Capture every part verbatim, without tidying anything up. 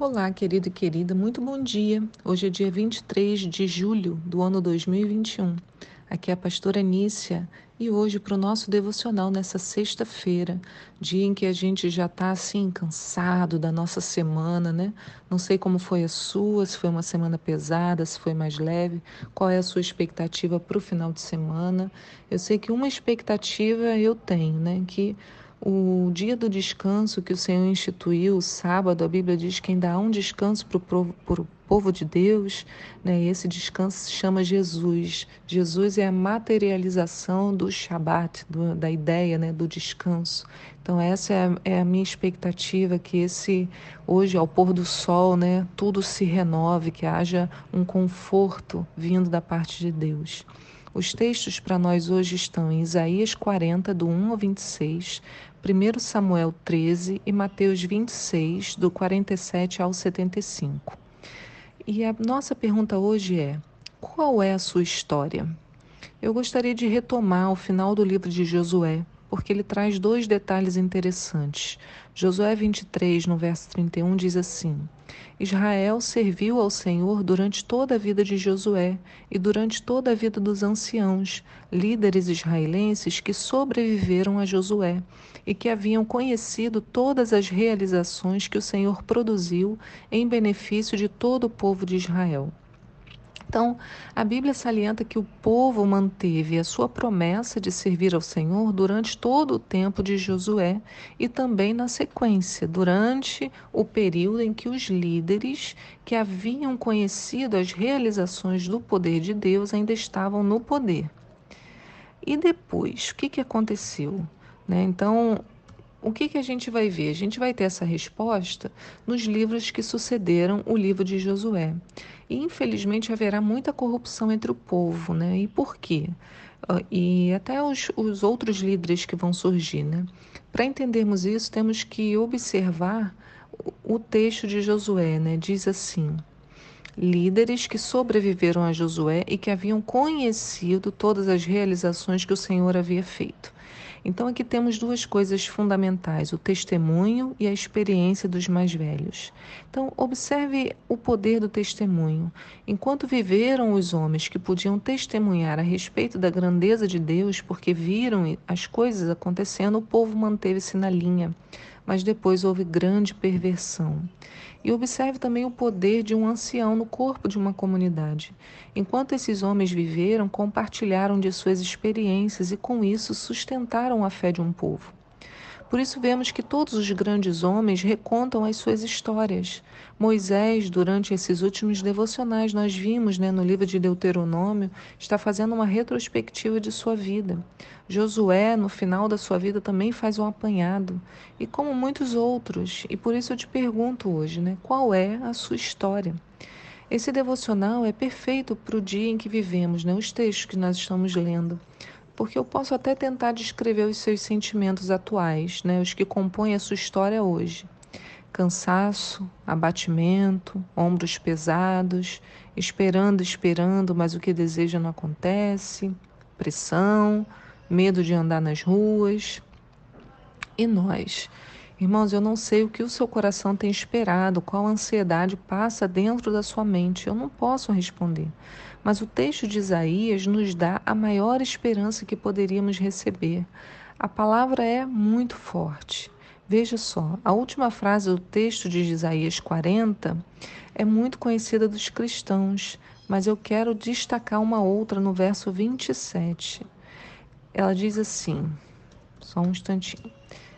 Olá, querido e querida, muito bom dia. Hoje é dia vinte e três de julho do ano dois mil e vinte e um. Aqui é a pastora Nícia e hoje para o nosso devocional nessa sexta-feira, dia em que a gente já está assim cansado da nossa semana, né? Não sei como foi a sua, se foi uma semana pesada, se foi mais leve, qual é a sua expectativa para o final de semana. Eu sei que uma expectativa eu tenho, né? Que o dia do descanso que o Senhor instituiu, o sábado, a Bíblia diz que ainda há um descanso para o povo, pro povo de Deus, né? E esse descanso se chama Jesus. Jesus é a materialização do Shabat, do, da ideia, né, do descanso. Então essa é a, é a minha expectativa, que esse hoje ao pôr do sol, né, tudo se renove, que haja um conforto vindo da parte de Deus. Os textos para nós hoje estão em Isaías quarenta, do um ao vinte e seis, primeiro Samuel treze e Mateus vinte e seis, do quarenta e sete ao setenta e cinco. E a nossa pergunta hoje é: qual é a sua história? Eu gostaria de retomar o final do livro de Josué, porque ele traz dois detalhes interessantes. Josué vinte e três, no verso trinta e um, diz assim: Israel serviu ao Senhor durante toda a vida de Josué e durante toda a vida dos anciãos, líderes israelenses que sobreviveram a Josué e que haviam conhecido todas as realizações que o Senhor produziu em benefício de todo o povo de Israel. Então, a Bíblia salienta que o povo manteve a sua promessa de servir ao Senhor durante todo o tempo de Josué e também na sequência, durante o período em que os líderes que haviam conhecido as realizações do poder de Deus ainda estavam no poder. E depois, o que, que aconteceu? Né? Então, o que, que a gente vai ver? A gente vai ter essa resposta nos livros que sucederam o livro de Josué. E, infelizmente, haverá muita corrupção entre o povo, né? E por quê? Uh, e até os, os outros líderes que vão surgir, né? Para entendermos isso, temos que observar o, o texto de Josué, né? Diz assim: líderes que sobreviveram a Josué e que haviam conhecido todas as realizações que o Senhor havia feito. Então, aqui temos duas coisas fundamentais: o testemunho e a experiência dos mais velhos. Então, observe o poder do testemunho. Enquanto viveram os homens que podiam testemunhar a respeito da grandeza de Deus, porque viram as coisas acontecendo, o povo manteve-se na linha. Mas depois houve grande perversão. E observe também o poder de um ancião no corpo de uma comunidade. Enquanto esses homens viveram, compartilharam de suas experiências e, com isso, sustentaram a fé de um povo. Por isso vemos que todos os grandes homens recontam as suas histórias. Moisés, durante esses últimos devocionais, nós vimos, né, no livro de Deuteronômio, está fazendo uma retrospectiva de sua vida. Josué, no final da sua vida, também faz um apanhado, e como muitos outros. E por isso eu te pergunto hoje, né, qual é a sua história? Esse devocional é perfeito para o dia em que vivemos, né, os textos que nós estamos lendo. Porque eu posso até tentar descrever os seus sentimentos atuais, né, os que compõem a sua história hoje. Cansaço, abatimento, ombros pesados, esperando, esperando, mas o que deseja não acontece, pressão, medo de andar nas ruas. E nós? Irmãos, eu não sei o que o seu coração tem esperado, qual ansiedade passa dentro da sua mente. Eu não posso responder. Mas o texto de Isaías nos dá a maior esperança que poderíamos receber. A palavra é muito forte. Veja só, a última frase do texto de Isaías quarenta é muito conhecida dos cristãos, mas eu quero destacar uma outra no verso vinte e sete. Ela diz assim, só um instantinho.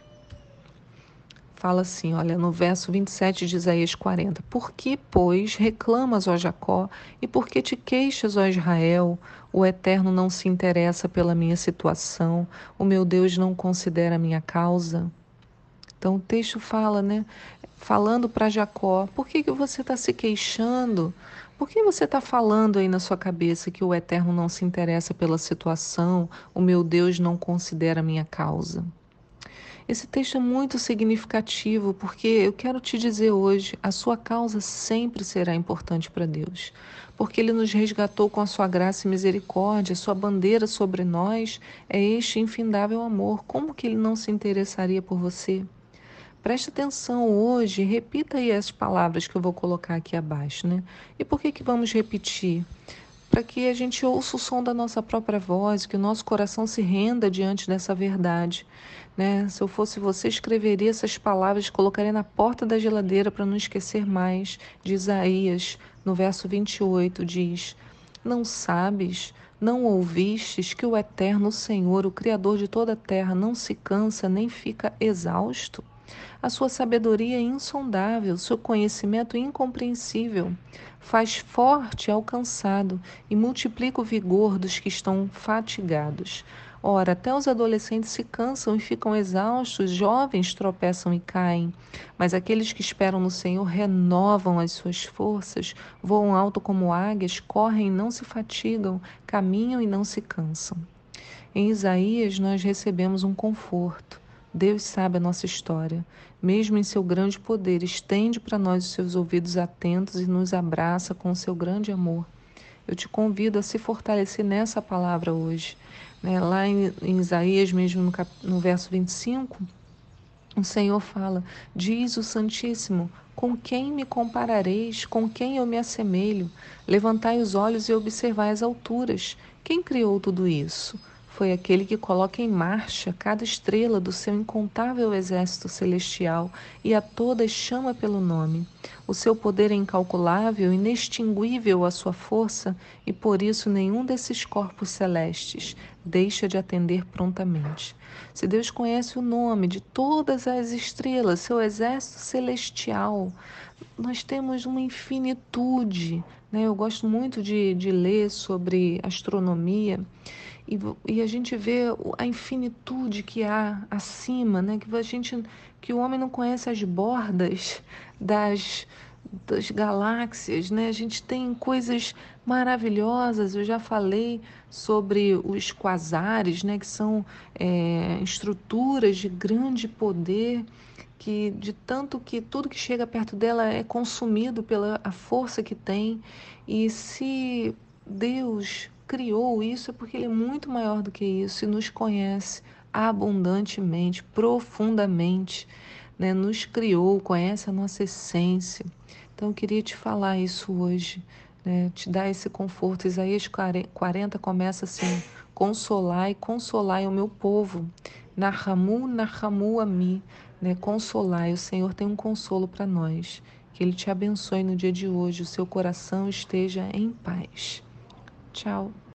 Fala assim, olha, no verso vinte e sete de Isaías quarenta. Por que, pois, reclamas, ó Jacó, e por que te queixas, ó Israel? O Eterno não se interessa pela minha situação, o meu Deus não considera a minha causa. Então o texto fala, né? Falando para Jacó, por que, que você está se queixando? Por que você está falando aí na sua cabeça que o Eterno não se interessa pela situação, o meu Deus não considera a minha causa? Esse texto é muito significativo porque eu quero te dizer hoje, a sua causa sempre será importante para Deus, porque Ele nos resgatou com a sua graça e misericórdia, a sua bandeira sobre nós é este infindável amor. Como que Ele não se interessaria por você? Preste atenção hoje, repita aí as palavras que eu vou colocar aqui abaixo, né? E por que que vamos repetir? Para que a gente ouça o som da nossa própria voz, que o nosso coração se renda diante dessa verdade, né? Se eu fosse você, escreveria essas palavras, colocaria na porta da geladeira para não esquecer mais. De Isaías, no verso vinte e oito, diz: Não sabes, não ouvistes que o Eterno Senhor, o Criador de toda a terra, não se cansa nem fica exausto? A sua sabedoria é insondável, seu conhecimento incompreensível. Faz forte ao cansado e multiplica o vigor dos que estão fatigados. Ora, até os adolescentes se cansam e ficam exaustos, jovens tropeçam e caem. Mas aqueles que esperam no Senhor renovam as suas forças, voam alto como águias, correm e não se fatigam, caminham e não se cansam. Em Isaías, nós recebemos um conforto. Deus sabe a nossa história. Mesmo em seu grande poder, estende para nós os seus ouvidos atentos e nos abraça com o seu grande amor. Eu te convido a se fortalecer nessa palavra hoje. Né? Lá em, em Isaías, mesmo no, cap... no verso vinte e cinco, o Senhor fala: Diz o Santíssimo, com quem me comparareis? Com quem eu me assemelho? Levantai os olhos e observai as alturas. Quem criou tudo isso? Foi aquele que coloca em marcha cada estrela do seu incontável exército celestial e a todas chama pelo nome. O seu poder é incalculável, inextinguível a sua força, e por isso nenhum desses corpos celestes deixa de atender prontamente. Se Deus conhece o nome de todas as estrelas, seu exército celestial, nós temos uma infinitude, né? Eu gosto muito de, de ler sobre astronomia e, e a gente vê a infinitude que há acima, né? Que a gente, que o homem não conhece as bordas das das galáxias, né? A gente tem coisas maravilhosas. Eu já falei sobre os quasares, né? Que são é, estruturas de grande poder, que de tanto que tudo que chega perto dela é consumido pela a força que tem. E se Deus criou isso, é porque Ele é muito maior do que isso e nos conhece abundantemente, profundamente, né? Nos criou, conhece a nossa essência. Então, eu queria te falar isso hoje, né? Te dar esse conforto. Isaías quarenta começa assim: Consolai, consolai o meu povo. Nahamu, nahamu ami, né? Consolai. O Senhor tem um consolo para nós. Que Ele te abençoe no dia de hoje, o seu coração esteja em paz. Tchau.